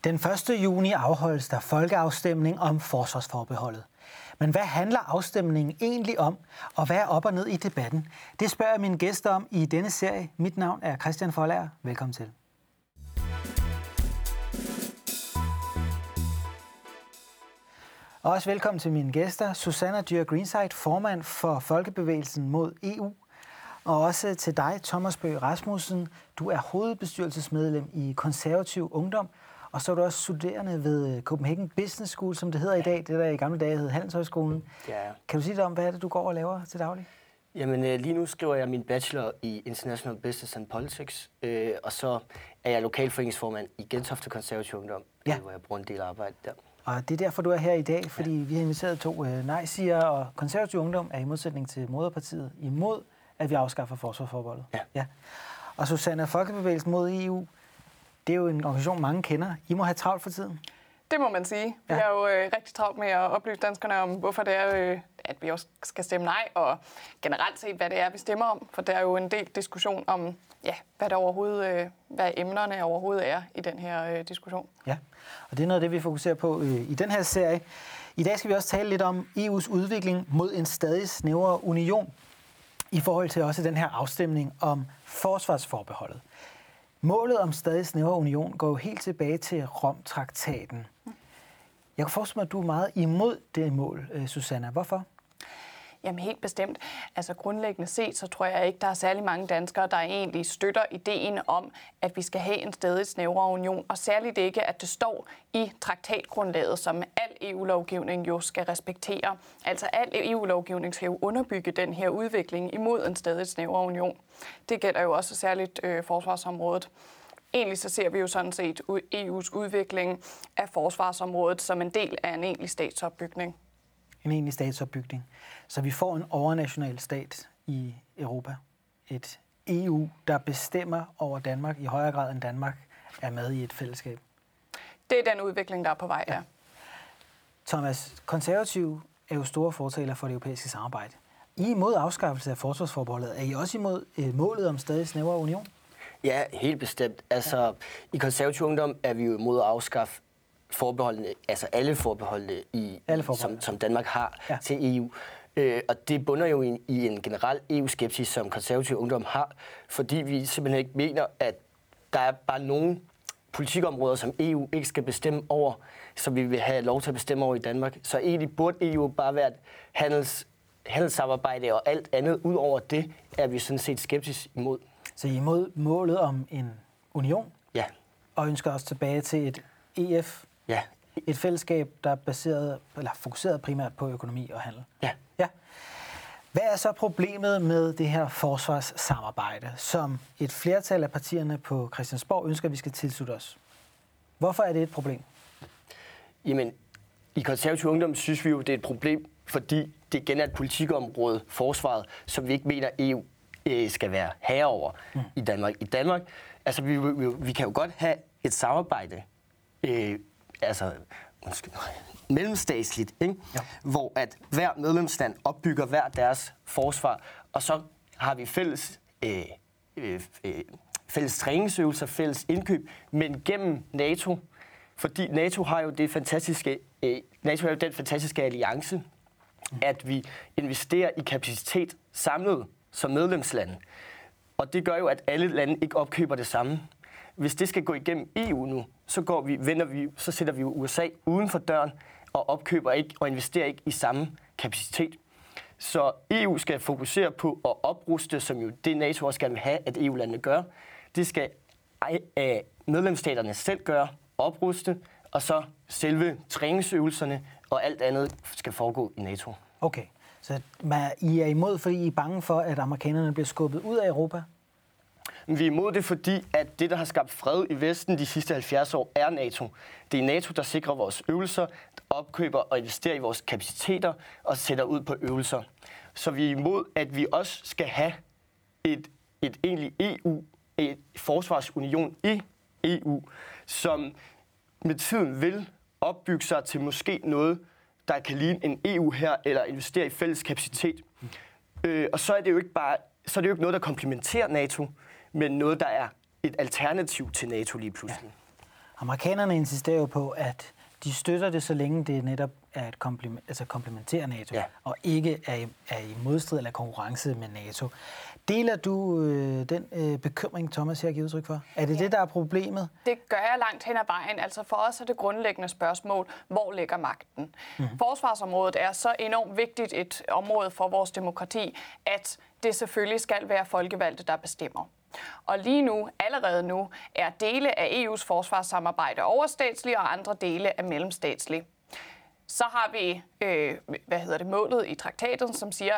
Den 1. juni afholdes der folkeafstemning om forsvarsforbeholdet. Men hvad handler afstemningen egentlig om, og hvad er op og ned i debatten? Det spørger jeg mine gæster om i denne serie. Mit navn er Christian Foldager. Velkommen til. Og også velkommen til mine gæster, Susanna Dyhr Greenside, formand for Folkebevægelsen mod EU. Og også til dig, Thomas Bøgh Rasmussen. Du er hovedbestyrelsesmedlem i Konservativ Ungdom, og så er du også studerende ved Copenhagen Business School, som det hedder i dag. Det der i gamle dage hed Handelshøjskolen. Ja. Kan du sige lidt om, hvad er det, du går og laver til daglig? Jamen, lige nu skriver jeg min bachelor i International Business and Politics, og så er jeg lokalforeningsformand i Gentofte Konservativ Ungdom, hvor jeg bruger en del arbejde der. Og det er derfor, du er her i dag, fordi vi har inviteret to nej-siger, og Konservativ Ungdom er i modsætning til Moderpartiet imod, at vi afskaffer forsvarsforbeholdet. Ja. Og Susanna, Folkebevægelsen mod EU, det er jo en organisation, mange kender. I må have travlt for tiden. Det må man sige. Vi er jo rigtig travlt med at oplyse danskerne om, hvorfor det er, at vi også skal stemme nej, og generelt set, hvad det er, vi stemmer om. For der er jo en del diskussion om, hvad emnerne overhovedet er i den her diskussion. Ja, og det er noget af det, vi fokuserer på i den her serie. I dag skal vi også tale lidt om EU's udvikling mod en stadig snævrere union, i forhold til også den her afstemning om forsvarsforbeholdet. Målet om stadig snævrere union går jo helt tilbage til Romtraktaten. Jeg kan forestille mig, at du er meget imod det mål, Susanna. Hvorfor? Jamen helt bestemt. Altså grundlæggende set, så tror jeg ikke, der er særlig mange danskere, der egentlig støtter ideen om, at vi skal have en stadig snævrere union. Og særligt ikke, at det står i traktatgrundlaget, som al EU-lovgivning jo skal respektere. Altså al EU-lovgivning skal jo underbygge den her udvikling imod en stadig snævrere union. Det gælder jo også særligt forsvarsområdet. Egentlig så ser vi jo sådan set EU's udvikling af forsvarsområdet som en del af en egentlig statsopbygning. En egentlig statsopbygning. Så vi får en overnational stat i Europa. Et EU, der bestemmer over Danmark i højere grad end Danmark er med i et fællesskab. Det er den udvikling, der er på vej, ja. Thomas, Konservative er jo store fortalere for det europæiske samarbejde. I er imod afskaffelse af forsvarsforbeholdet. Er I også imod målet om stadig snævrere union? Ja, helt bestemt. Altså, i Konservativ Ungdom er vi jo imod at afskaffe forbeholdene, altså alle forbeholdene, som Danmark har til EU. Og det bunder jo i en generel EU-skepsis, som Konservativ Ungdom har, fordi vi simpelthen ikke mener, at der er bare nogle politikområder, som EU ikke skal bestemme over, som vi vil have lov til at bestemme over i Danmark. Så egentlig burde EU bare være et handelssamarbejde, og alt andet ud over det er vi sådan set skeptisk imod. Så I er imod målet om en union? Ja. Og ønsker også tilbage til et EF? Ja. Et fællesskab, der er fokuseret primært på økonomi og handel? Ja. Hvad er så problemet med det her forsvarssamarbejde, som et flertal af partierne på Christiansborg ønsker, at vi skal tilslutte os? Hvorfor er det et problem? Jamen, i Konservativ Ungdom synes vi jo, det er et problem, fordi det igen er et politikområde, forsvaret, som vi ikke mener, EU skal være herover i Danmark. I Danmark, altså vi kan jo godt have et samarbejde, mellemstatsligt, ikke? Ja. Hvor at hver medlemsland opbygger hver deres forsvar, og så har vi fælles træningsøvelser, fælles indkøb, men gennem NATO, fordi NATO har jo den fantastiske alliance, at vi investerer i kapacitet samlet som medlemslande. Og det gør jo, at alle lande ikke opkøber det samme. Hvis det skal gå igennem EU nu, så sætter vi USA uden for døren og opkøber ikke og investerer ikke i samme kapacitet. Så EU skal fokusere på at opruste, som jo det NATO også gerne vil have, at EU-landene gør. Det skal medlemsstaterne selv gøre, opruste, og så selve træningsøvelserne og alt andet skal foregå i NATO. Okay, så I er imod, fordi I er bange for, at amerikanerne bliver skubbet ud af Europa? Vi er imod det, fordi at det, der har skabt fred i Vesten de sidste 70 år, er NATO. Det er NATO, der sikrer vores øvelser, opkøber og investerer i vores kapaciteter og sætter ud på øvelser. Så vi er imod, at vi også skal have et egentlig EU, et forsvarsunion i EU, som med tiden vil opbygge sig til måske noget, der kan ligne en EU her, eller investere i fælles kapacitet. Og så er det jo ikke noget, der komplementerer NATO, men noget, der er et alternativ til NATO lige pludselig. Amerikanerne insisterer jo på, at de støtter det, så længe det netop er et komplementerer NATO, og ikke er i modstrid eller konkurrence med NATO. Deler du den bekymring, Thomas her giver udtryk for? Er det det, der er problemet? Det gør jeg langt hen ad vejen. Altså for os er det grundlæggende spørgsmål, hvor ligger magten? Forsvarsområdet er så enormt vigtigt et område for vores demokrati, at det selvfølgelig skal være folkevalgte, der bestemmer. Og lige nu, allerede nu, er dele af EU's forsvarssamarbejde overstatslige, og andre dele er mellemstatslige. Så har vi målet i traktaten, som siger,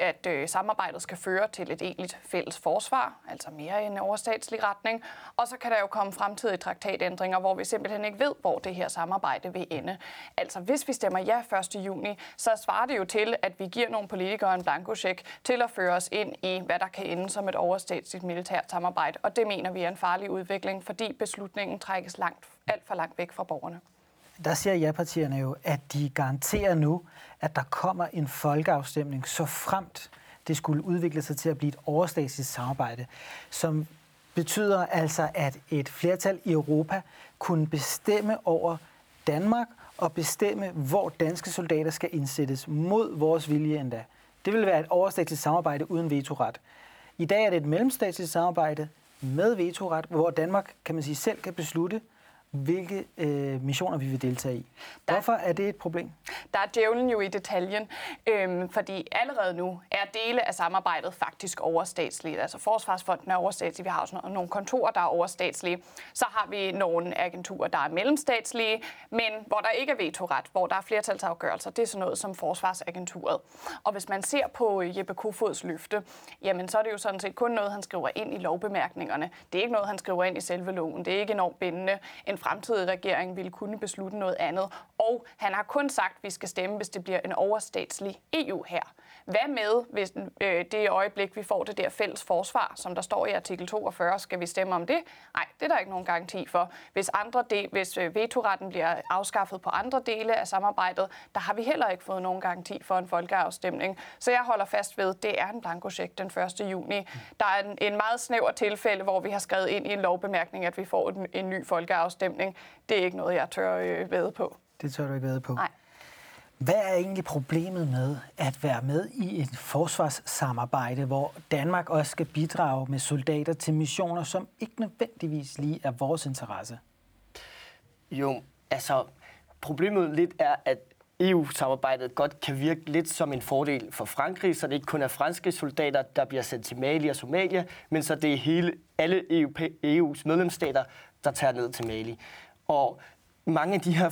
at samarbejdet skal føre til et egentligt fælles forsvar, altså mere en overstatslig retning. Og så kan der jo komme fremtidige traktatændringer, hvor vi simpelthen ikke ved, hvor det her samarbejde vil ende. Altså hvis vi stemmer ja 1. juni, så svarer det jo til, at vi giver nogle politikere en blankocheck til at føre os ind i, hvad der kan ende som et overstatsligt militært samarbejde. Og det mener vi er en farlig udvikling, fordi beslutningen trækkes alt for langt væk fra borgerne. Der siger ja-partierne jo, at de garanterer nu, at der kommer en folkeafstemning, så fremt det skulle udvikle sig til at blive et overstatsligt samarbejde, som betyder altså, at et flertal i Europa kunne bestemme over Danmark og bestemme, hvor danske soldater skal indsættes mod vores vilje endda. Det vil være et overstatsligt samarbejde uden vetoret. I dag er det et mellemstatsligt samarbejde med vetoret, hvor Danmark, kan man sige, selv kan beslutte, hvilke missioner vi vil deltage i. Hvorfor er det et problem? Der er djævlen jo i detaljen, fordi allerede nu er dele af samarbejdet faktisk overstatslige. Altså Forsvarsfonden er overstatslig, vi har også nogle kontorer, der er overstatslige. Så har vi nogle agenturer, der er mellemstatslige, men hvor der ikke er vetoret, hvor der er flertalsafgørelser. Det er sådan noget som Forsvarsagenturet. Og hvis man ser på Jeppe Kofods løfte, jamen så er det jo sådan set kun noget, han skriver ind i lovbemærkningerne. Det er ikke noget, han skriver ind i selve loven. Det er ikke enormt bindende. En fremtidig regering ville kunne beslutte noget andet. Og han har kun sagt, at vi skal stemme, hvis det bliver en overstatslig EU-hær. Hvad med, hvis det øjeblik, vi får det der fælles forsvar, som der står i artikel 42, skal vi stemme om det? Nej, det er der ikke nogen garanti for. Hvis vetoretten bliver afskaffet på andre dele af samarbejdet, der har vi heller ikke fået nogen garanti for en folkeafstemning. Så jeg holder fast ved, at det er en blankocheck den 1. juni. Der er en meget snæver tilfælde, hvor vi har skrevet ind i en lovbemærkning, at vi får en ny folkeafstemning. Det er ikke noget, jeg tør vædde på. Det tør du ikke vædde på? Nej. Hvad er egentlig problemet med at være med i et forsvarssamarbejde, hvor Danmark også skal bidrage med soldater til missioner, som ikke nødvendigvis lige er vores interesse? Jo, altså problemet lidt er, at EU-samarbejdet godt kan virke lidt som en fordel for Frankrig, så det ikke kun er franske soldater, der bliver sendt til Mali og Somalia, men så det er alle EU's medlemsstater, der tager ned til Mali. Og mange af de her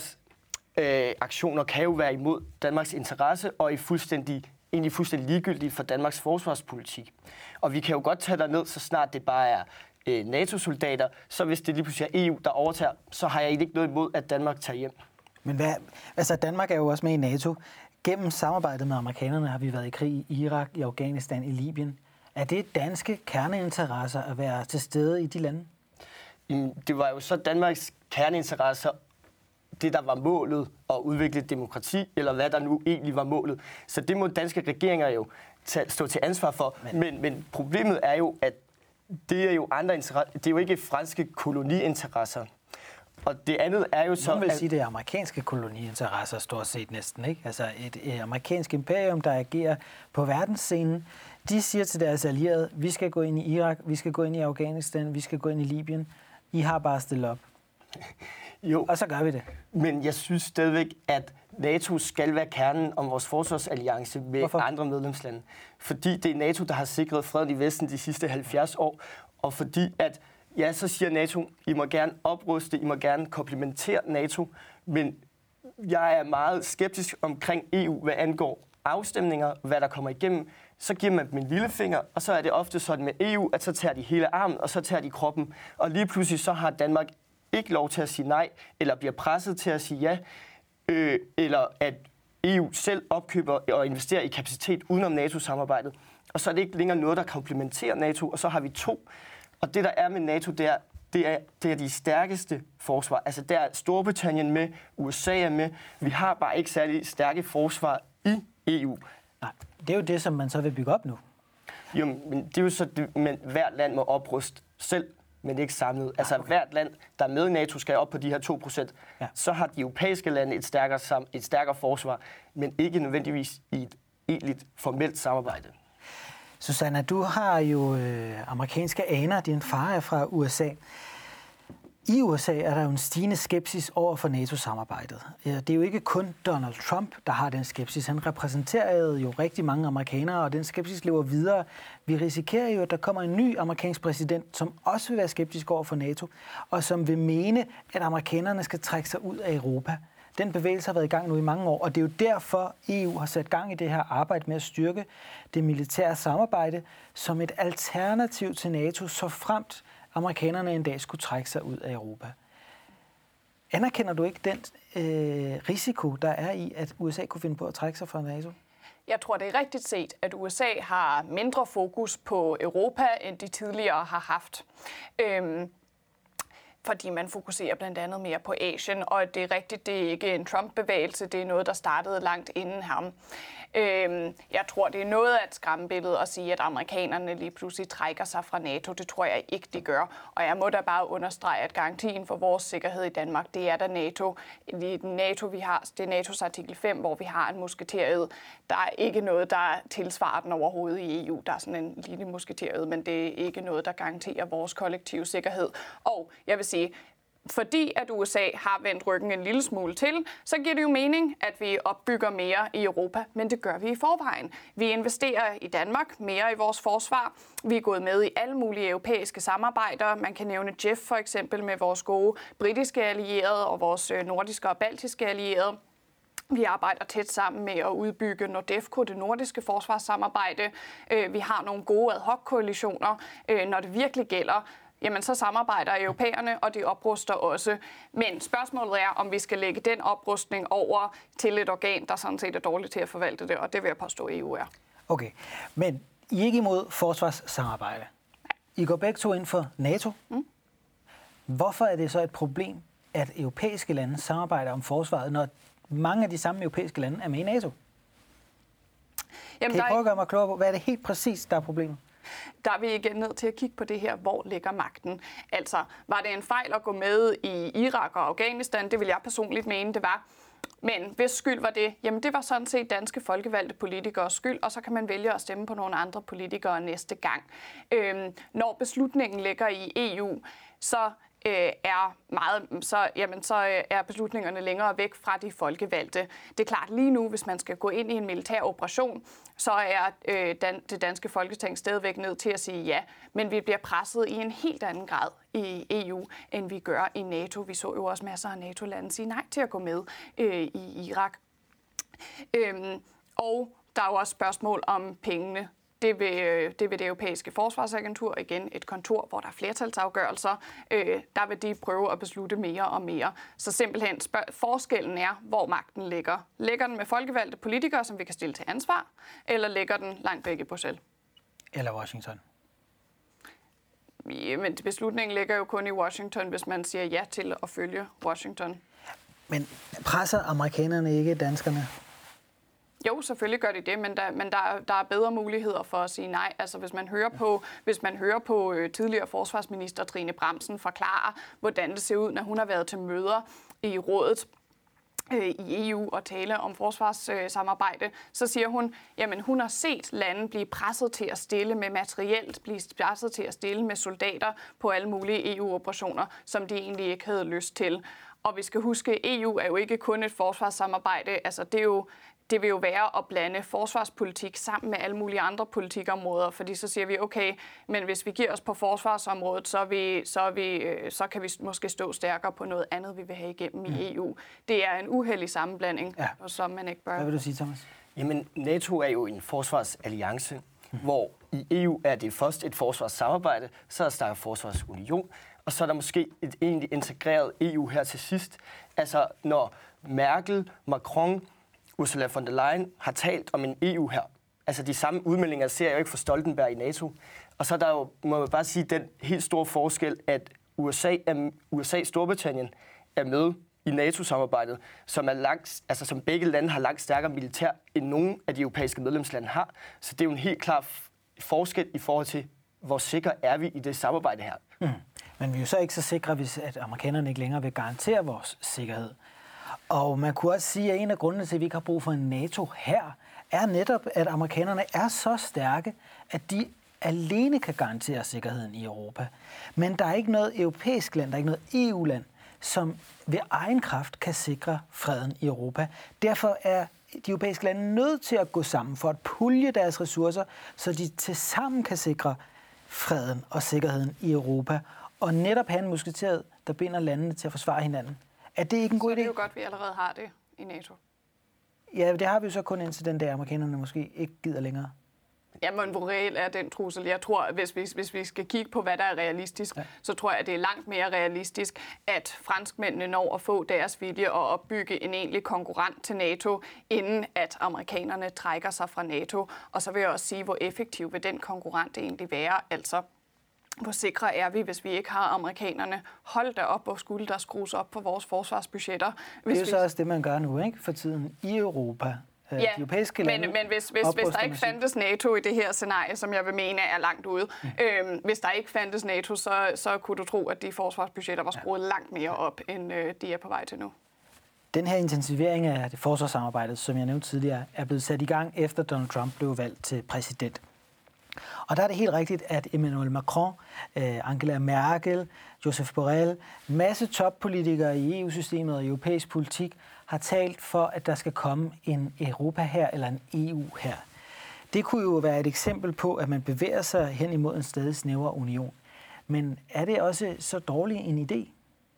aktioner kan jo være imod Danmarks interesse og er egentlig fuldstændig ligegyldige for Danmarks forsvarspolitik. Og vi kan jo godt tage derned, så snart det bare er NATO-soldater, så hvis det lige pludselig er EU, der overtager, så har jeg egentlig ikke noget imod, at Danmark tager hjem. Men Danmark er jo også med i NATO. Gennem samarbejdet med amerikanerne har vi været i krig i Irak, i Afghanistan, i Libyen. Er det danske kerneinteresser at være til stede i de lande? Det var jo så Danmarks kerneinteresser, det der var målet, at udvikle demokrati, eller hvad der nu egentlig var målet. Så det må danske regeringer jo stå til ansvar for. Men problemet er jo, at det er jo andre interesser. Det er jo ikke franske koloniinteresser. Og det andet er jo så... Man vil sige, det er amerikanske koloniinteresser stort set næsten, ikke? Altså et amerikansk imperium, der agerer på verdensscenen. De siger til deres allierede, vi skal gå ind i Irak, vi skal gå ind i Afghanistan, vi skal gå ind i Libyen. I har bare stillet op. Jo. Og så gør vi det. Men jeg synes stadigvæk, at NATO skal være kernen om vores forsvarsalliance med andre medlemslande. Fordi det er NATO, der har sikret freden i Vesten de sidste 70 år. Og fordi at, ja, så siger NATO, I må gerne opruste, I må gerne komplementere NATO. Men jeg er meget skeptisk omkring EU, hvad angår afstemninger, hvad der kommer igennem. Så giver man dem en lillefinger, og så er det ofte sådan med EU, at så tager de hele armen, og så tager de kroppen. Og lige pludselig så har Danmark ikke lov til at sige nej, eller bliver presset til at sige ja, eller at EU selv opkøber og investerer i kapacitet udenom NATO-samarbejdet. Og så er det ikke længere noget, der komplementerer NATO, og så har vi to. Og det, der er med NATO, det er de stærkeste forsvar. Altså, der er Storbritannien med, USA er med. Vi har bare ikke særlig stærke forsvar i EU. Nej, det er jo det, som man så vil bygge op nu. Jo, men det er jo så, men hvert land må opruste selv men ikke samlet. Altså hvert land, der er med i NATO, skal op på de her 2%. Ja. Så har de europæiske lande et stærkere forsvar, men ikke nødvendigvis i et egentligt formelt samarbejde. Susanna, du har jo amerikanske aner. Din far er fra USA. I USA er der jo en stigende skepsis over for NATO-samarbejdet. Det er jo ikke kun Donald Trump, der har den skepsis. Han repræsenterede jo rigtig mange amerikanere, og den skepsis lever videre. Vi risikerer jo, at der kommer en ny amerikansk præsident, som også vil være skeptisk over for NATO, og som vil mene, at amerikanerne skal trække sig ud af Europa. Den bevægelse har været i gang nu i mange år, og det er jo derfor, EU har sat gang i det her arbejde med at styrke det militære samarbejde som et alternativ til NATO, så fremt amerikanerne en dag skulle trække sig ud af Europa. Anerkender du ikke den risiko, der er i, at USA kunne finde på at trække sig fra NATO? Jeg tror, det er rigtigt set, at USA har mindre fokus på Europa, end de tidligere har haft. Fordi man fokuserer blandt andet mere på Asien, og det er rigtigt, det er ikke en Trump-bevægelse, det er noget, der startede langt inden ham. Jeg tror, det er noget af et skræmmebillede at sige, at amerikanerne lige pludselig trækker sig fra NATO. Det tror jeg ikke, de gør. Og jeg må da bare understrege, at garantien for vores sikkerhed i Danmark, det er da NATO. Det er NATO's artikel 5, hvor vi har en musketeriet. Der er ikke noget, der tilsvarer den overhovedet i EU. Der er sådan en lille musketeriet, men det er ikke noget, der garanterer vores kollektive sikkerhed. Og jeg vil sige, fordi at USA har vendt ryggen en lille smule til, så giver det jo mening, at vi opbygger mere i Europa, men det gør vi i forvejen. Vi investerer i Danmark mere i vores forsvar. Vi er gået med i alle mulige europæiske samarbejder. Man kan nævne JEF for eksempel med vores gode britiske allierede og vores nordiske og baltiske allierede. Vi arbejder tæt sammen med at udbygge NORDEFCO, det nordiske forsvarssamarbejde. Vi har nogle gode ad hoc-koalitioner, når det virkelig gælder. Jamen så samarbejder europæerne, og de opruster også. Men spørgsmålet er, om vi skal lægge den oprustning over til et organ, der sådan set er dårligt til at forvalte det, og det vil jeg påstå, EU er. Okay, men I er ikke imod forsvarssamarbejde. I går begge to ind for NATO. Hvorfor er det så et problem, at europæiske lande samarbejder om forsvaret, når mange af de samme europæiske lande er med i NATO? Jamen, kan I prøve at gøre mig klogere på, hvad er det helt præcis, der er problemet? Der er vi igen nødt til at kigge på det her, hvor ligger magten. Altså, var det en fejl at gå med i Irak og Afghanistan? Det vil jeg personligt mene, det var. Men hvis skyld var det, jamen det var sådan set danske folkevalgte politikers skyld, og så kan man vælge at stemme på nogle andre politikere næste gang. Når beslutningen ligger i EU, så er beslutningerne længere væk fra de folkevalgte. Det er klart lige nu, hvis man skal gå ind i en militær operation, så er det danske Folketing stadigvæk nødt til at sige ja, men vi bliver presset i en helt anden grad i EU, end vi gør i NATO. Vi så jo også masser af NATO-lande sige nej til at gå med i Irak. Og der er jo også spørgsmål om pengene. Det vil det europæiske forsvarsagentur, igen et kontor, hvor der er flertalsafgørelser, der vil de prøve at beslutte mere og mere. Så simpelthen forskellen er, hvor magten ligger. Ligger den med folkevalgte politikere, som vi kan stille til ansvar, eller ligger den langt væk i Bruxelles? Eller Washington? Men beslutningen ligger jo kun i Washington, hvis man siger ja til at følge Washington. Men presser amerikanerne ikke danskerne? Jo, selvfølgelig gør de det, men der er bedre muligheder for at sige nej. Altså hvis man hører på tidligere forsvarsminister Trine Bramsen forklare, hvordan det ser ud, når hun har været til møder i rådet i EU og tale om forsvarssamarbejde, så siger hun, jamen hun har set lande blive presset til at stille med materielt, blive presset til at stille med soldater på alle mulige EU-operationer, som de egentlig ikke havde lyst til. Og vi skal huske, EU er jo ikke kun et forsvarssamarbejde, altså det vil jo være at blande forsvarspolitik sammen med alle mulige andre politikområder, fordi så siger vi, okay, men hvis vi giver os på forsvarsområdet, så kan vi måske stå stærkere på noget andet, vi vil have igennem i EU. Det er en uheldig sammenblanding, som man ikke bør. Hvad vil du sige, Thomas? Jamen, NATO er jo en forsvarsalliance, hvor i EU er det først et forsvarssamarbejde, så er der en forsvarsunion, og så er der måske et egentlig integreret EU her til sidst. Altså, når Merkel, Macron, Ursula von der Leyen har talt om en EU her. Altså de samme udmeldinger ser jeg jo ikke fra Stoltenberg i NATO. Og så er der jo, må man bare sige, den helt store forskel, at USA Storbritannien er med i NATO-samarbejdet, som begge lande har langt stærkere militær, end nogen af de europæiske medlemslande har. Så det er jo en helt klar forskel i forhold til, hvor sikre er vi i det samarbejde her. Men vi er jo så ikke så sikre, hvis at amerikanerne ikke længere vil garantere vores sikkerhed. Og man kunne også sige, at en af grundene til, at vi ikke har brug for en NATO her, er netop, at amerikanerne er så stærke, at de alene kan garantere sikkerheden i Europa. Men der er ikke noget europæisk land, der er ikke noget EU-land, som ved egen kraft kan sikre freden i Europa. Derfor er de europæiske lande nødt til at gå sammen for at pulje deres ressourcer, så de tilsammen kan sikre freden og sikkerheden i Europa, og netop have en musketeret, der binder landene til at forsvare hinanden. Er det ikke en god idé? Så det er jo godt, at vi allerede har det i NATO. Ja, det har vi jo så kun indtil den der amerikanerne måske ikke gider længere. Jamen, hvor reelt er den trussel? Jeg tror, at hvis vi skal kigge på, hvad der er realistisk, så tror jeg, at det er langt mere realistisk, at franskmændene når at få deres vilje og opbygge en egentlig konkurrent til NATO, inden at amerikanerne trækker sig fra NATO. Og så vil jeg også sige, hvor effektiv vil den konkurrent egentlig være. Altså, hvor sikre er vi, hvis vi ikke har amerikanerne? Hold da op, hvor skulle der skrues op på vores forsvarsbudgetter. Det er jo så også det, man gør nu, ikke? For tiden i Europa. Ja, de europæiske lande, men hvis der ikke fandtes NATO i det her scenarie, som jeg vil mene er langt ude, hvis der ikke fandtes NATO, så kunne du tro, at de forsvarsbudgetter var skruet langt mere op, end de er på vej til nu. Den her intensivering af det forsvarssamarbejde, som jeg nævnte tidligere, er blevet sat i gang efter Donald Trump blev valgt til præsident. Og der er det helt rigtigt, at Emmanuel Macron, Angela Merkel, Joseph Borrell, en masse toppolitikere i EU-systemet og europæisk politik har talt for, at der skal komme en Europa her eller en EU her. Det kunne jo være et eksempel på, at man bevæger sig hen imod en stadig snævrere union. Men er det også så dårlig en idé?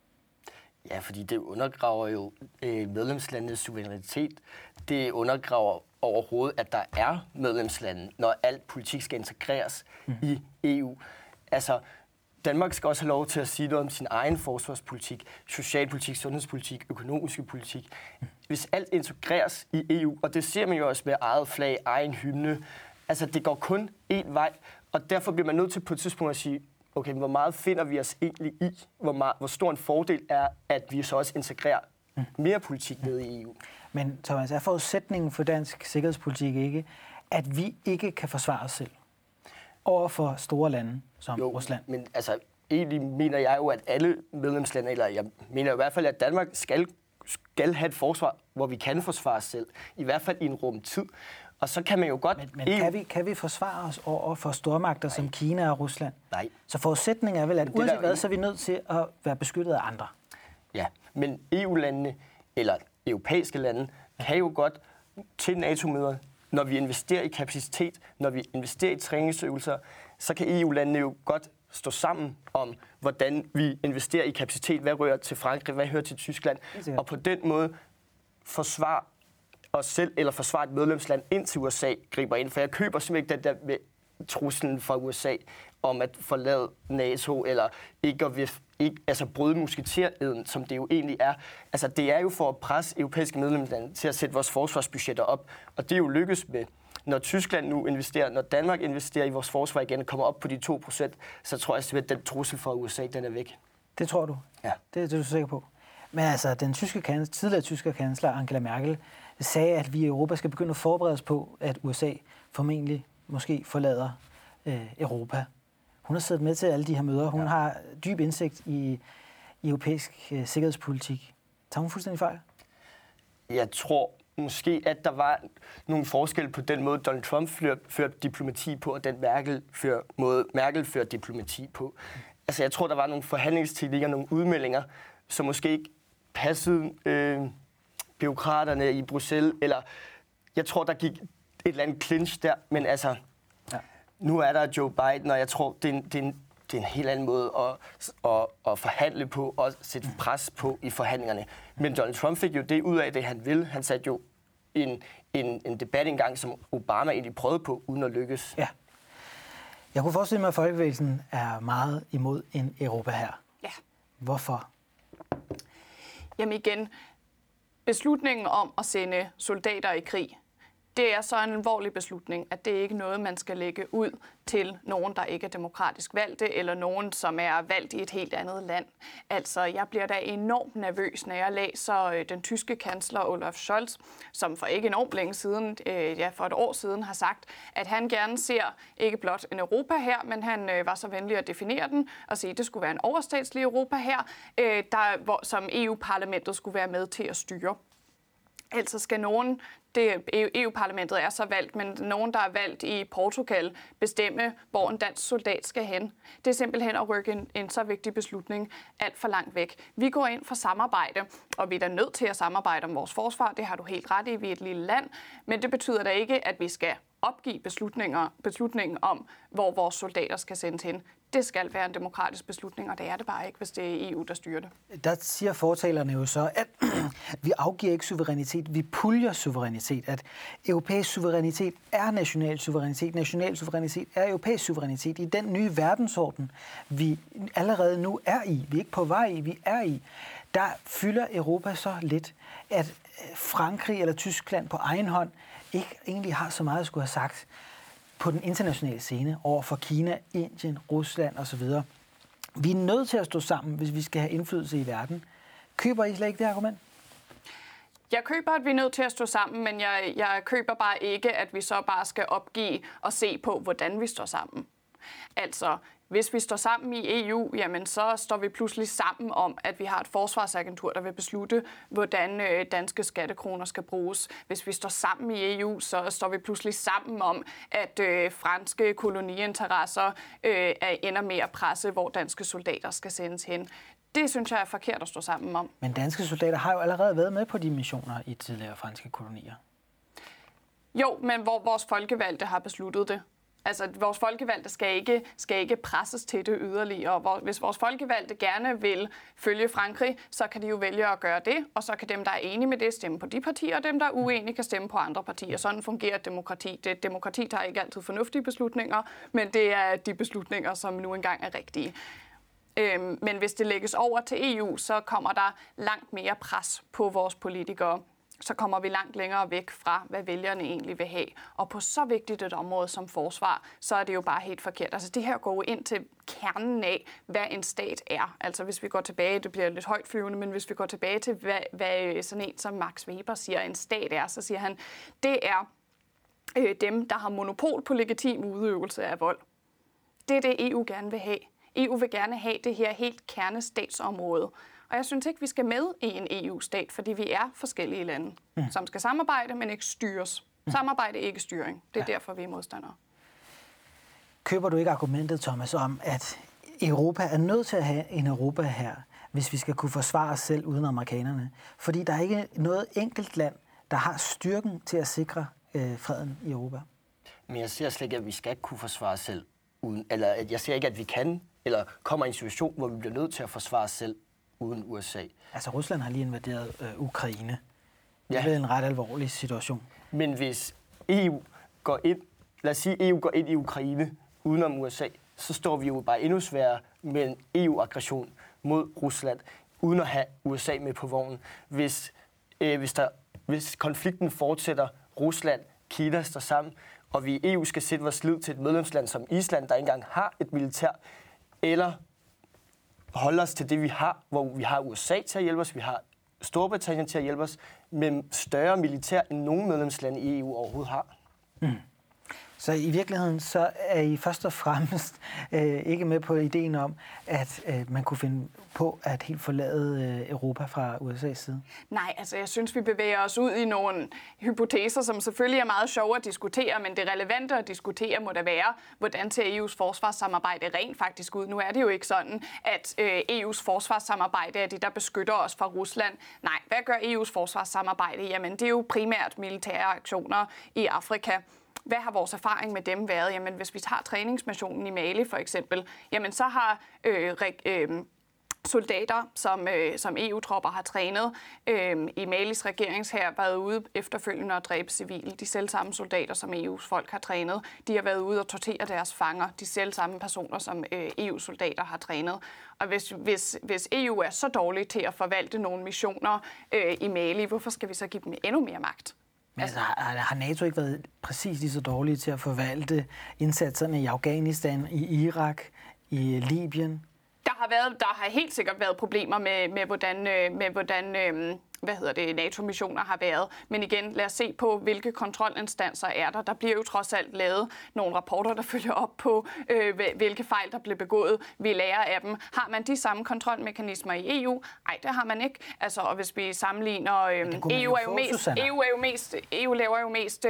Ja, fordi det undergraver jo medlemslandenes suverænitet. Det undergraver overhovedet, at der er medlemslande, når alt politik skal integreres i EU. Altså, Danmark skal også have lov til at sige noget om sin egen forsvarspolitik, socialpolitik, sundhedspolitik, økonomiske politik. Hvis alt integreres i EU, og det ser man jo også med eget flag, egen hymne, altså det går kun én vej, og derfor bliver man nødt til på et tidspunkt at sige, okay, hvor meget finder vi os egentlig i? Hvor stor en fordel er, at vi så også integrerer mere politik ned i EU? Men Thomas, er forudsætningen for dansk sikkerhedspolitik ikke, at vi ikke kan forsvare os selv over for store lande som Rusland? Men altså, egentlig mener jeg jo, at alle medlemslande, eller jeg mener i hvert fald, at Danmark skal have et forsvar, hvor vi kan forsvare os selv, i hvert fald i en rum tid. Og så kan man jo godt... Men kan vi forsvare os over for stormagter som Kina og Rusland? Nej. Så forudsætningen er vel, at uanset hvad, så er vi nødt til at være beskyttet af andre. Ja, men EU-landene, eller europæiske lande, kan jo godt til NATO-møder, når vi investerer i kapacitet, når vi investerer i træningsøvelser, så kan EU-landene jo godt stå sammen om, hvordan vi investerer i kapacitet, hvad rører til Frankrig, hvad hører til Tyskland, og på den måde forsvare os selv eller forsvare et medlemsland, indtil USA griber ind. For jeg køber simpelthen ikke den der med truslen fra USA om at forlade NATO, eller ikke bryde musketereden, som det jo egentlig er. Altså, det er jo for at presse europæiske medlemslande til at sætte vores forsvarsbudgetter op, og det er jo lykkes med. Når Tyskland nu investerer, når Danmark investerer i vores forsvar igen og kommer op på de 2%, så tror jeg simpelthen, at den trussel fra USA, den er væk. Det tror du? Ja. Det er du sikker på? Men altså, den tidligere tyske kansler Angela Merkel sagde, at vi i Europa skal begynde at forberede os på, at USA formentlig måske forlader Europa. Hun har siddet med til alle de her møder. Hun har dyb indsigt i europæisk sikkerhedspolitik. Tager hun fuldstændig fejl? Jeg tror måske, at der var nogle forskelle på den måde, Donald Trump førte diplomati på, og den måde Merkel førte diplomati på. Altså, jeg tror, der var nogle forhandlingsteknikker, nogle udmeldinger, som måske ikke passede bureaukraterne i Bruxelles, eller jeg tror, der gik et eller andet clinch der, men altså, nu er der Joe Biden, og jeg tror, det er en helt anden måde at forhandle på og sætte pres på i forhandlingerne. Men Donald Trump fik jo det ud af det, han ville. Han satte jo en debat engang, som Obama egentlig prøvede på, uden at lykkes. Ja. Jeg kunne forestille mig, at folkebevægelsen er meget imod en Europa her. Ja. Hvorfor? Jamen igen, beslutningen om at sende soldater i krig, Det er så en alvorlig beslutning, at det ikke er noget, man skal lægge ud til nogen, der ikke er demokratisk valgte, eller nogen, som er valgt i et helt andet land. Altså, jeg bliver da enormt nervøs, når jeg læser den tyske kansler Olaf Scholz, som for ikke enormt længe siden, for et år siden, har sagt, at han gerne ser ikke blot en Europa her, men han var så venlig at definere den og sige, at det skulle være en overstatslig Europa her, som EU-parlamentet skulle være med til at styre. Altså skal nogen, EU-parlamentet er så valgt, men nogen, der er valgt i Portugal, bestemme, hvor en dansk soldat skal hen. Det er simpelthen at rykke en så vigtig beslutning alt for langt væk. Vi går ind for samarbejde, og vi er da nødt til at samarbejde om vores forsvar. Det har du helt ret i, vi er et lille land. Men det betyder da ikke, at vi skal opgive beslutningen om, hvor vores soldater skal sendes hen. Det skal være en demokratisk beslutning, og det er det bare ikke, hvis det er EU, der styrer det. Der siger fortalerne jo så, at vi afgiver ikke suverænitet, vi puljer suverænitet. At europæisk suverænitet er national suverænitet, national suverænitet er europæisk suverænitet. I den nye verdensorden, vi allerede nu er i, vi er ikke på vej i, vi er i, der fylder Europa så lidt, at Frankrig eller Tyskland på egen hånd ikke egentlig har så meget at skulle have sagt på den internationale scene over for Kina, Indien, Rusland osv. Vi er nødt til at stå sammen, hvis vi skal have indflydelse i verden. Køber I slet ikke det argument? Jeg køber, at vi er nødt til at stå sammen, men jeg køber bare ikke, at vi så bare skal opgive og se på, hvordan vi står sammen. Altså, hvis vi står sammen i EU, jamen så står vi pludselig sammen om, at vi har et forsvarsagentur, der vil beslutte, hvordan danske skattekroner skal bruges. Hvis vi står sammen i EU, så står vi pludselig sammen om, at franske koloniinteresser ender med at presse, hvor danske soldater skal sendes hen. Det synes jeg er forkert at stå sammen om. Men danske soldater har jo allerede været med på de missioner i tidligere franske kolonier. Jo, men hvor vores folkevalgte har besluttet det. Altså, vores folkevalgte skal ikke presses til det yderligere. Hvis vores folkevalgte gerne vil følge Frankrig, så kan de jo vælge at gøre det, og så kan dem, der er enige med det, stemme på de partier, og dem, der er uenige, kan stemme på andre partier. Sådan fungerer demokrati. Demokrati tager ikke altid fornuftige beslutninger, men det er de beslutninger, som nu engang er rigtige. Men hvis det lægges over til EU, så kommer der langt mere pres på vores politikere. Så kommer vi langt længere væk fra, hvad vælgerne egentlig vil have. Og på så vigtigt et område som forsvar, så er det jo bare helt forkert. Altså det her går jo ind til kernen af, hvad en stat er. Altså hvis vi går tilbage, det bliver lidt højtflyvende, men hvis vi går tilbage til, hvad sådan en som Max Weber siger, en stat er, så siger han, det er dem, der har monopol på legitim udøvelse af vold. Det er det, EU gerne vil have. EU vil gerne have det her helt kernestatsområde. Og jeg synes ikke, vi skal med i en EU-stat, fordi vi er forskellige lande, som skal samarbejde, men ikke styres. Samarbejde, ikke styring. Det er derfor, vi er modstandere. Køber du ikke argumentet, Thomas, om, at Europa er nødt til at have en Europa her, hvis vi skal kunne forsvare os selv uden amerikanerne? Fordi der er ikke noget enkelt land, der har styrken til at sikre freden i Europa. Men jeg ser slet ikke, at vi skal kunne forsvare os selv uden, eller jeg ser ikke, at vi kan, eller kommer i en situation, hvor vi bliver nødt til at forsvare os selv uden USA. Altså, Rusland har lige invaderet Ukraine. Det Ja. er en ret alvorlig situation. Men hvis EU går ind, lad os sige, EU går ind i Ukraine udenom USA, så står vi jo bare endnu sværere med en EU-aggression mod Rusland, uden at have USA med på vognen. Hvis konflikten fortsætter, Rusland, Kina står sammen, og vi i EU skal sætte vores lid til et medlemsland som Island, der ikke engang har et militær, eller holde os til det, vi har, hvor vi har USA til at hjælpe os, vi har Storbritannien til at hjælpe os, med større militær end nogen medlemslande i EU overhovedet har. Så i virkeligheden så er I først og fremmest ikke med på ideen om, at man kunne finde på at helt forlade Europa fra USA's side? Nej, altså jeg synes, vi bevæger os ud i nogle hypoteser, som selvfølgelig er meget sjove at diskutere, men det relevante at diskutere må da være, hvordan ser EU's forsvarssamarbejde rent faktisk ud. Nu er det jo ikke sådan, at EU's forsvarssamarbejde er det, der beskytter os fra Rusland. Nej, hvad gør EU's forsvarssamarbejde? Jamen, det er jo primært militære aktioner i Afrika. Hvad har vores erfaring med dem været? Jamen, hvis vi tager træningsmissionen i Mali for eksempel, jamen så har soldater, som EU-tropper har trænet i Malis regeringshær, været ude efterfølgende og dræbe civile. De selv samme soldater, som EU's folk har trænet, de har været ude og tortere deres fanger. De selv samme personer, som EU-soldater har trænet. Og hvis EU er så dårlige til at forvalte nogle missioner i Mali, hvorfor skal vi så give dem endnu mere magt? Men altså, har NATO ikke været præcis lige så dårlige til at forvalte indsatserne i Afghanistan, i Irak, i Libyen? Der har helt sikkert været problemer med hvordan NATO-missioner har været. Men igen, lad os se på, hvilke kontrolinstanser er der. Der bliver jo trods alt lavet nogle rapporter, der følger op på, hvilke fejl, der bliver begået. Vi lærer af dem. Har man de samme kontrolmekanismer i EU? Nej, det har man ikke. Altså, og hvis vi sammenligner... EU laver jo mest...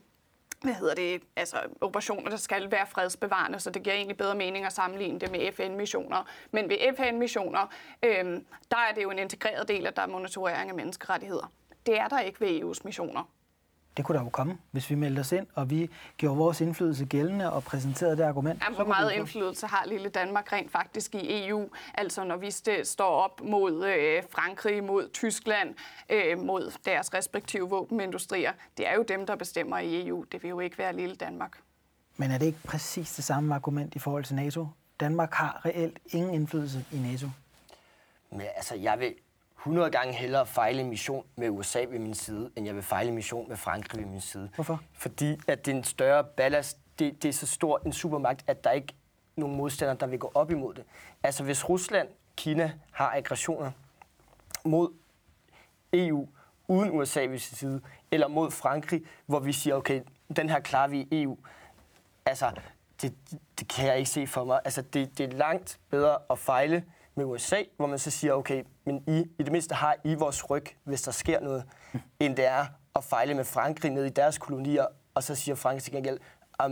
operationer, der skal være fredsbevarende, så det giver egentlig bedre mening at sammenligne det med FN-missioner. Men ved FN-missioner, der er det jo en integreret del, at der er monitorering af menneskerettigheder. Det er der ikke ved EU's missioner. Det kunne der jo komme, hvis vi meldte os ind, og vi gjorde vores indflydelse gældende og præsenterede det argument. Hvor meget indflydelse har lille Danmark rent faktisk i EU? Altså når vi står op mod Frankrig, mod Tyskland, mod deres respektive våbenindustrier. Det er jo dem, der bestemmer i EU. Det vil jo ikke være lille Danmark. Men er det ikke præcis det samme argument i forhold til NATO? Danmark har reelt ingen indflydelse i NATO. Men altså, jeg vil 100 gange hellere fejle en mission med USA ved min side, end jeg vil fejle en mission med Frankrig ved min side. Hvorfor? Fordi at det er en større ballast. Det er så stor en supermagt, at der ikke er nogen modstandere, der vil gå op imod det. Altså hvis Rusland, Kina har aggressioner mod EU uden USA ved sin side, eller mod Frankrig, hvor vi siger, okay, den her klarer vi i EU. Altså, det kan jeg ikke se for mig. Altså, det er langt bedre at fejle med USA, hvor man så siger, okay, men i det mindste har I vores ryg, hvis der sker noget, end det er at fejle med Frankrig ned i deres kolonier, og så siger Frankrig til gengæld,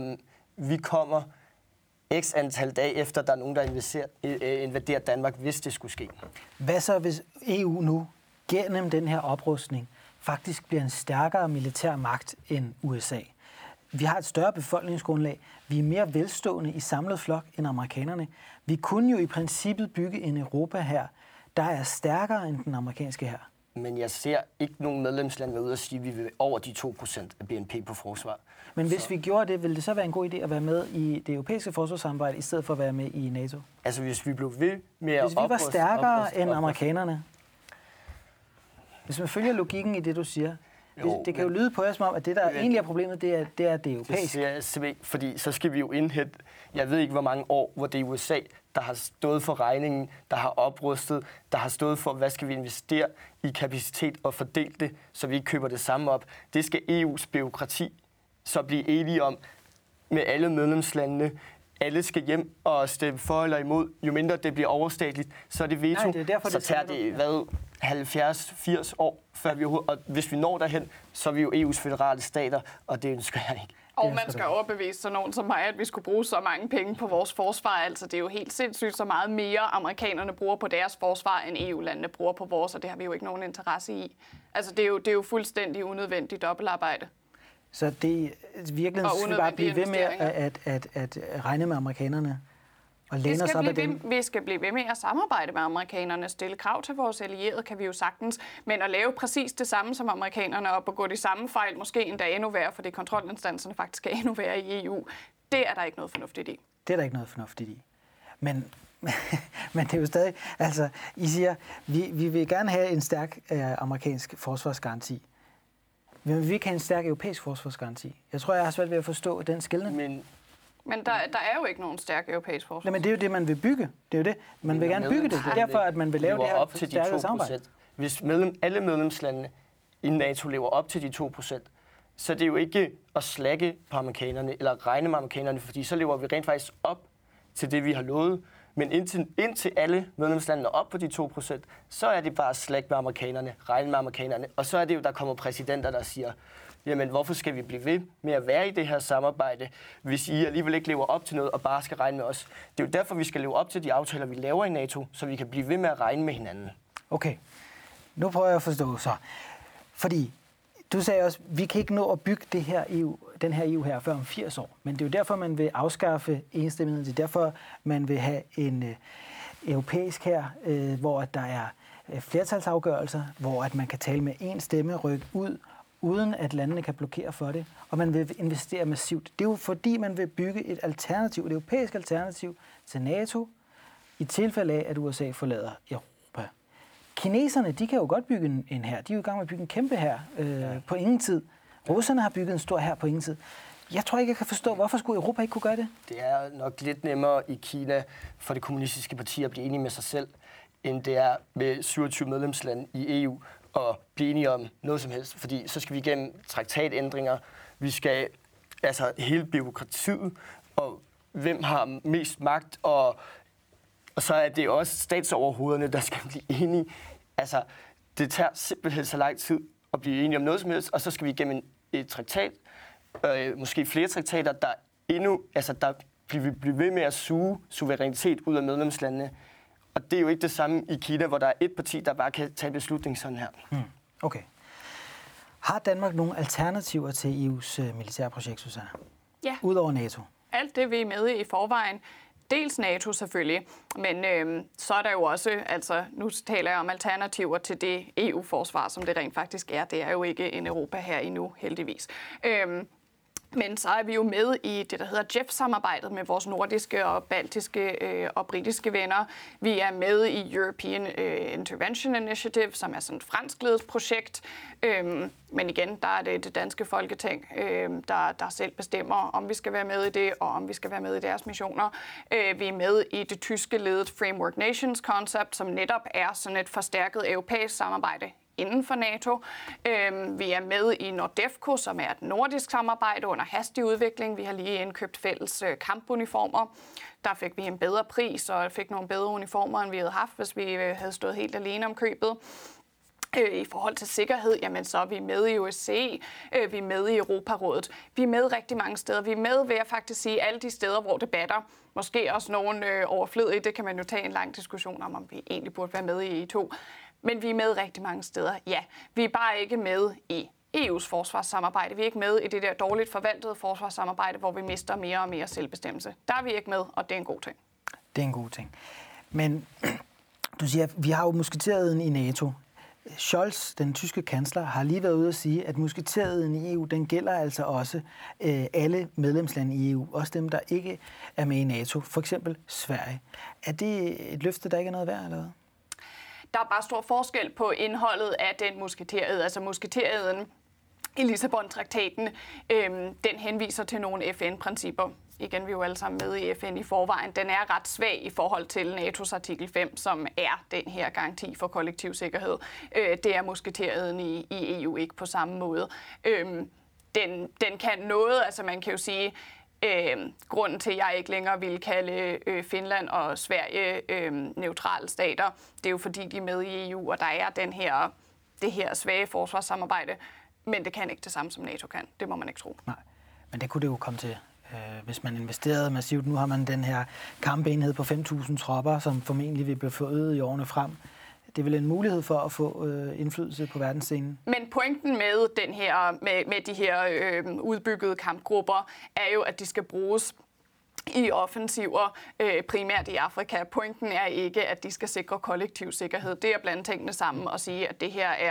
vi kommer x antal dage efter, der er nogen, der invaderer Danmark, hvis det skulle ske. Hvad så, hvis EU nu gennem den her oprustning faktisk bliver en stærkere militær magt end USA? Vi har et større befolkningsgrundlag. Vi er mere velstående i samlet flok end amerikanerne. Vi kunne jo i princippet bygge en Europa her, der er stærkere end den amerikanske her. Men jeg ser ikke nogen medlemsland være ude og sige, at vi vil over de 2% af BNP på forsvar. Men hvis vi gjorde det, ville det så være en god idé at være med i det europæiske forsvarssamarbejde, i stedet for at være med i NATO? Altså hvis vi blev ved med at Hvis vi var stærkere end amerikanerne? Hvis man følger logikken i det, du siger. Det kan jo lyde på jer som om, at det, der egentlig er problemet, det er det europæiske. Fordi så skal vi jo indhente, jeg ved ikke hvor mange år, hvor det er USA, der har stået for regningen, der har oprustet, der har stået for, hvad skal vi investere i kapacitet og fordele det, så vi ikke køber det samme op. Det skal EU's bureaukrati så blive enige om med alle medlemslandene. Alle skal hjem og stemme for eller imod. Jo mindre det bliver overstatligt, så er det veto. Nej, det er derfor, så tager det 70-80 år, før vi og hvis vi når derhen, så er vi jo EU's føderale stater, og det ønsker jeg ikke. Og man skal overbevise sådan nogen som mig, at vi skulle bruge så mange penge på vores forsvar. Altså, det er jo helt sindssygt så meget mere, amerikanerne bruger på deres forsvar, end EU-landene bruger på vores, og det har vi jo ikke nogen interesse i. Altså, det er jo fuldstændig unødvendigt dobbeltarbejde. Så det virkelig skal bare blive ved med at regne med amerikanerne og læne os op af dem? Vi skal blive ved med at samarbejde med amerikanerne. Stille krav til vores allierede kan vi jo sagtens. Men at lave præcis det samme som amerikanerne og begå de samme fejl, måske endda endnu værre, fordi kontrolinstanserne faktisk er endnu værre i EU, det er der ikke noget fornuftigt i. Det er der ikke noget fornuftigt i. Men det er jo stadig... Altså, I siger, vi vil gerne have en stærk amerikansk forsvarsgaranti. Men vi vil ikke have en stærk europæisk forsvarsgaranti. Jeg tror, jeg har svært ved at forstå den skelnen. Men der er jo ikke nogen stærk europæisk forsvar. Nej, men det er jo det, man vil bygge. Det er jo det. Man vil gerne bygge det. Det er derfor, at man vil lave det her op til de 2%. Samarbejde. Hvis alle medlemslandene i NATO lever op til de 2%, så det er jo ikke at slække på amerikanerne eller regne med amerikanerne, fordi så lever vi rent faktisk op til det, vi har lovet. Men indtil alle medlemslandene er op på de 2%, så er det bare slække med amerikanerne, regne med amerikanerne. Og så er det jo, der kommer præsidenter, der siger, jamen hvorfor skal vi blive ved med at være i det her samarbejde, hvis I alligevel ikke lever op til noget og bare skal regne med os. Det er jo derfor, vi skal leve op til de aftaler, vi laver i NATO, så vi kan blive ved med at regne med hinanden. Okay, nu prøver jeg at forstå så. Fordi du sagde også, at vi kan ikke nå at bygge den her EU her før om 80 år. Men det er jo derfor, man vil afskaffe enstemmigheden. Det er derfor, man vil have en europæisk her, hvor der er flertalsafgørelser, hvor at man kan tale med én stemme, rykke ud, uden at landene kan blokere for det. Og man vil investere massivt. Det er jo fordi, man vil bygge et alternativ, et europæisk alternativ til NATO, i tilfælde af, at USA forlader Europa. Kineserne, de kan jo godt bygge en hær. De er jo i gang med at bygge en kæmpe hær på ingen tid. Russerne har bygget en stor hær på ingen tid. Jeg tror ikke, jeg kan forstå, hvorfor skulle Europa ikke kunne gøre det? Det er nok lidt nemmere i Kina for det kommunistiske parti at blive enige med sig selv, end det er med 27 medlemslande i EU at blive enige om noget som helst. Fordi så skal vi igennem traktatændringer, vi skal hele bureaukratiet, og hvem har mest magt, og så er det også statsoverhovederne, der skal blive enige. Altså, det tager simpelthen så lang tid at blive enige om noget som helst, og så skal vi igennem et traktat, måske flere traktater, der vi bliver ved med at suge suverænitet ud af medlemslandene. Og det er jo ikke det samme i Kina, hvor der er et parti, der bare kan tage beslutning sådan her. Okay. Har Danmark nogle alternativer til EU's militærprojekt, Susanne? Ja. Udover NATO? Alt det, vi er med i forvejen. Dels NATO selvfølgelig, men så er der jo også, nu taler jeg om alternativer til det EU-forsvar, som det rent faktisk er. Det er jo ikke en Europa her endnu, heldigvis. Men så er vi jo med i det, der hedder JEF-samarbejdet med vores nordiske og baltiske og britiske venner. Vi er med i European Intervention Initiative, som er sådan et franskledet projekt. Men igen, der er det danske folketing, der selv bestemmer, om vi skal være med i det, og om vi skal være med i deres missioner. Vi er med i det tyske ledet Framework Nations Concept, som netop er sådan et forstærket europæisk samarbejde inden for NATO. Vi er med i NORDEFCO, som er et nordisk samarbejde under hastig udvikling. Vi har lige indkøbt fælles kampuniformer. Der fik vi en bedre pris og fik nogle bedre uniformer, end vi havde haft, hvis vi havde stået helt alene om købet. I forhold til sikkerhed, jamen så er vi med i OSCE, vi er med i Europarådet. Vi er med rigtig mange steder. Vi er med, vil jeg faktisk sige, alle de steder, hvor det batter. Måske også nogle overflødige. Det kan man jo tage en lang diskussion om vi egentlig burde være med i to. Men vi er med rigtig mange steder, ja. Vi er bare ikke med i EU's forsvarssamarbejde. Vi er ikke med i det der dårligt forvaltede forsvarssamarbejde, hvor vi mister mere og mere selvbestemmelse. Der er vi ikke med, og det er en god ting. Det er en god ting. Men du siger, at vi har jo musketereden i NATO. Scholz, den tyske kansler, har lige været ude at sige, at musketereden i EU, den gælder altså også alle medlemslande i EU. Også dem, der ikke er med i NATO. For eksempel Sverige. Er det et løfte, der ikke er noget værd, eller hvad? Der er bare stor forskel på indholdet af den musketeriet. Altså musketerieden i Lissabon-traktaten, den henviser til nogle FN-principper. Igen, vi er jo alle sammen med i FN i forvejen. Den er ret svag i forhold til NATO's artikel 5, som er den her garanti for kollektiv sikkerhed. Det er musketerieden i EU ikke på samme måde. Den kan noget, altså man kan jo sige, grunden til, at jeg ikke længere vil kalde Finland og Sverige neutrale stater, det er jo fordi, de er med i EU, og der er det her svage forsvarssamarbejde, men det kan ikke det samme, som NATO kan. Det må man ikke tro. Nej, men det kunne det jo komme til, hvis man investerede massivt. Nu har man den her kampenhed på 5.000 tropper, som formentlig vil blive forøget i årene frem. Det er vel en mulighed for at få indflydelse på verdensscenen. Men pointen med den her, med de her udbyggede kampgrupper, er jo, at de skal bruges i offensiver, primært i Afrika. Pointen er ikke, at de skal sikre kollektiv sikkerhed. Det er at blande tingene sammen og sige, at det her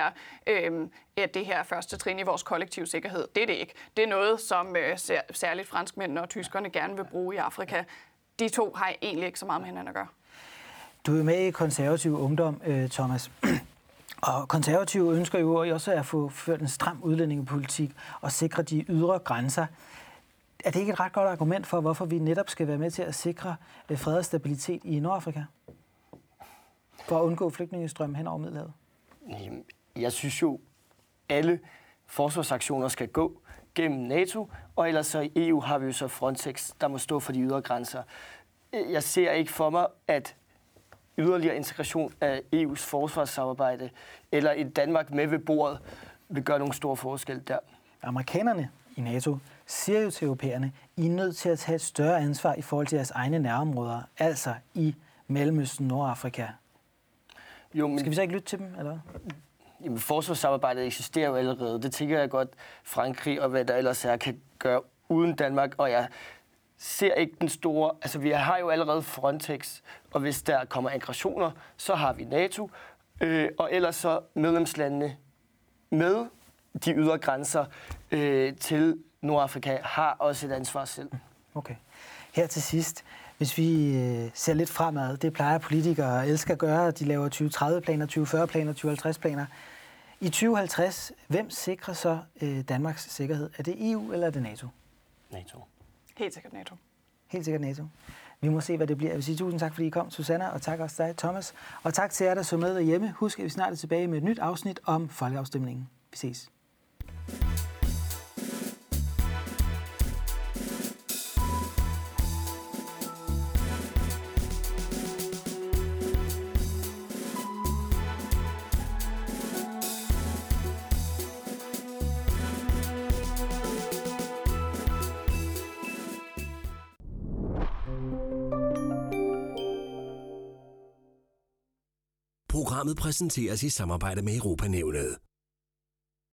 er første trin i vores kollektiv sikkerhed. Det er det ikke. Det er noget, som særligt franskmændene og tyskerne gerne vil bruge i Afrika. De to har egentlig ikke så meget med hinanden at gøre. Du er med i Konservativ Ungdom, Thomas. Og konservative ønsker jo også at få ført en stram udlændingepolitik og sikre de ydre grænser. Er det ikke et ret godt argument for, hvorfor vi netop skal være med til at sikre fred og stabilitet i Nordafrika? For at undgå flygtningestrøm hen over Middelhavet? Jeg synes jo, alle forsvarsaktioner skal gå gennem NATO, og ellers så i EU har vi jo så Frontex, der må stå for de ydre grænser. Jeg ser ikke for mig, at yderligere integration af EU's forsvarssamarbejde eller et Danmark med ved bordet vil gøre nogen stor forskel der. Amerikanerne i NATO siger jo til europæerne, I er nødt til at tage et større ansvar i forhold til jeres egne nærområder, altså i Mellemøsten, Nordafrika. Jo, men skal vi så ikke lytte til dem, eller hvad? Jamen, forsvarssamarbejdet eksisterer jo allerede. Det tænker jeg godt, Frankrig og hvad der ellers er, kan gøre uden Danmark, og jeg ser ikke den store. Altså, vi har jo allerede Frontex, og hvis der kommer aggressioner, så har vi NATO, og ellers så medlemslandene med de ydre grænser til Nordafrika har også et ansvar selv. Okay. Her til sidst, hvis vi ser lidt fremad, det plejer politikere at elske at gøre, de laver 2030-planer, 2040-planer, 2050-planer. I 2050, hvem sikrer så Danmarks sikkerhed? Er det EU eller er det NATO? NATO. Helt sikkert NATO. Helt sikkert NATO. Vi må se, hvad det bliver. Jeg vil sige tusind tak, fordi I kom, Susanna, og tak også dig, Thomas. Og tak til jer, der så med derhjemme. Husk, at vi snart er tilbage med et nyt afsnit om folkeafstemningen. Vi ses. Programmet præsenteres i samarbejde med Europanævnet.